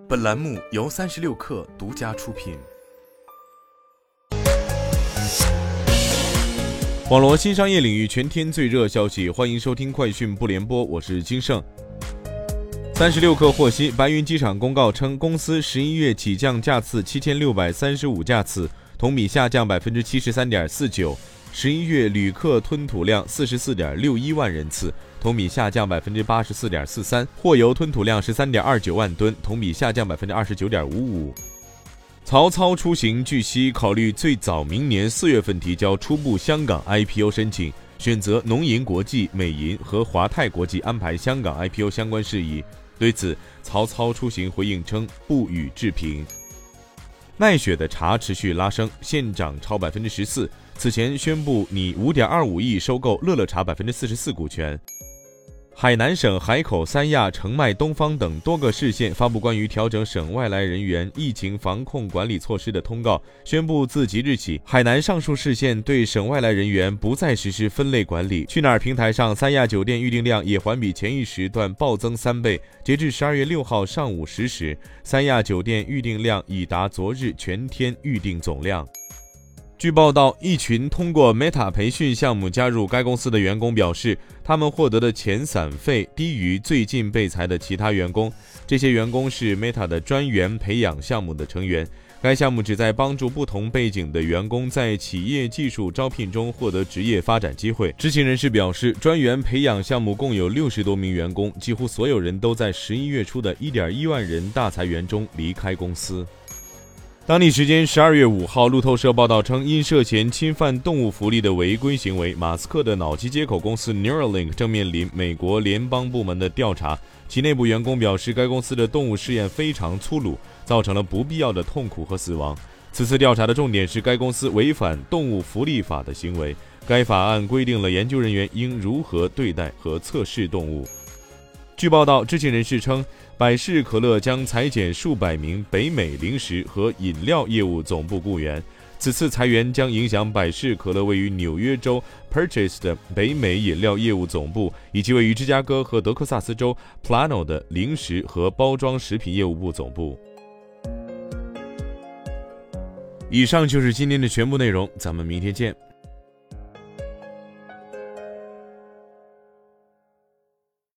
本栏目由36氪独家出品。网罗新商业领域全天最热消息，欢迎收听快讯不联播，我是金盛。36氪获悉，白云机场公告称，公司11月起降架次7635架次，同比下降 73.49%。11月旅客吞吐量 44.61 万人次，同比下降 84.43%， 货油吞吐量 13.29 万吨，同比下降 29.55%。曹操出行据悉考虑最早明年4月份提交初步香港 IPO 申请，选择农银国际、美银和华泰国际安排香港 IPO 相关事宜。对此，曹操出行回应称不予置评。奈雪的茶持续拉升，现涨超 14%， 此前宣布拟 5.25 亿收购乐乐茶 44% 股权。海南省海口、三亚、澄迈、东方等多个市县发布关于调整省外来人员疫情防控管理措施的通告，宣布自即日起，海南上述市县对省外来人员不再实施分类管理。去哪儿平台上，三亚酒店预订量也环比前一时段暴增3倍，截至12月6号上午10时，三亚酒店预订量已达昨日全天预订总量。据报道，一群通过 Meta 培训项目加入该公司的员工表示，他们获得的遣散费低于最近被裁的其他员工。这些员工是 Meta 的专员培养项目的成员。该项目旨在帮助不同背景的员工在企业技术招聘中获得职业发展机会。知情人士表示，专员培养项目共有60多名员工，几乎所有人都在11月初的 1.1 万人大裁员中离开公司。当地时间12月5号，路透社报道称，因涉嫌侵犯动物福利的违规行为，马斯克的脑机接口公司 Neuralink 正面临美国联邦部门的调查。其内部员工表示，该公司的动物试验非常粗鲁，造成了不必要的痛苦和死亡。此次调查的重点是该公司违反动物福利法的行为。该法案规定了研究人员应如何对待和测试动物。据报道，知情人士称，百事可乐将裁减数百名北美零食和饮料业务总部雇员。此次裁员将影响百事可乐位于纽约州 Purchase 的北美饮料业务总部，以及位于芝加哥和德克萨斯州 Plano 的零食和包装食品业务部总部。以上就是今天的全部内容，咱们明天见。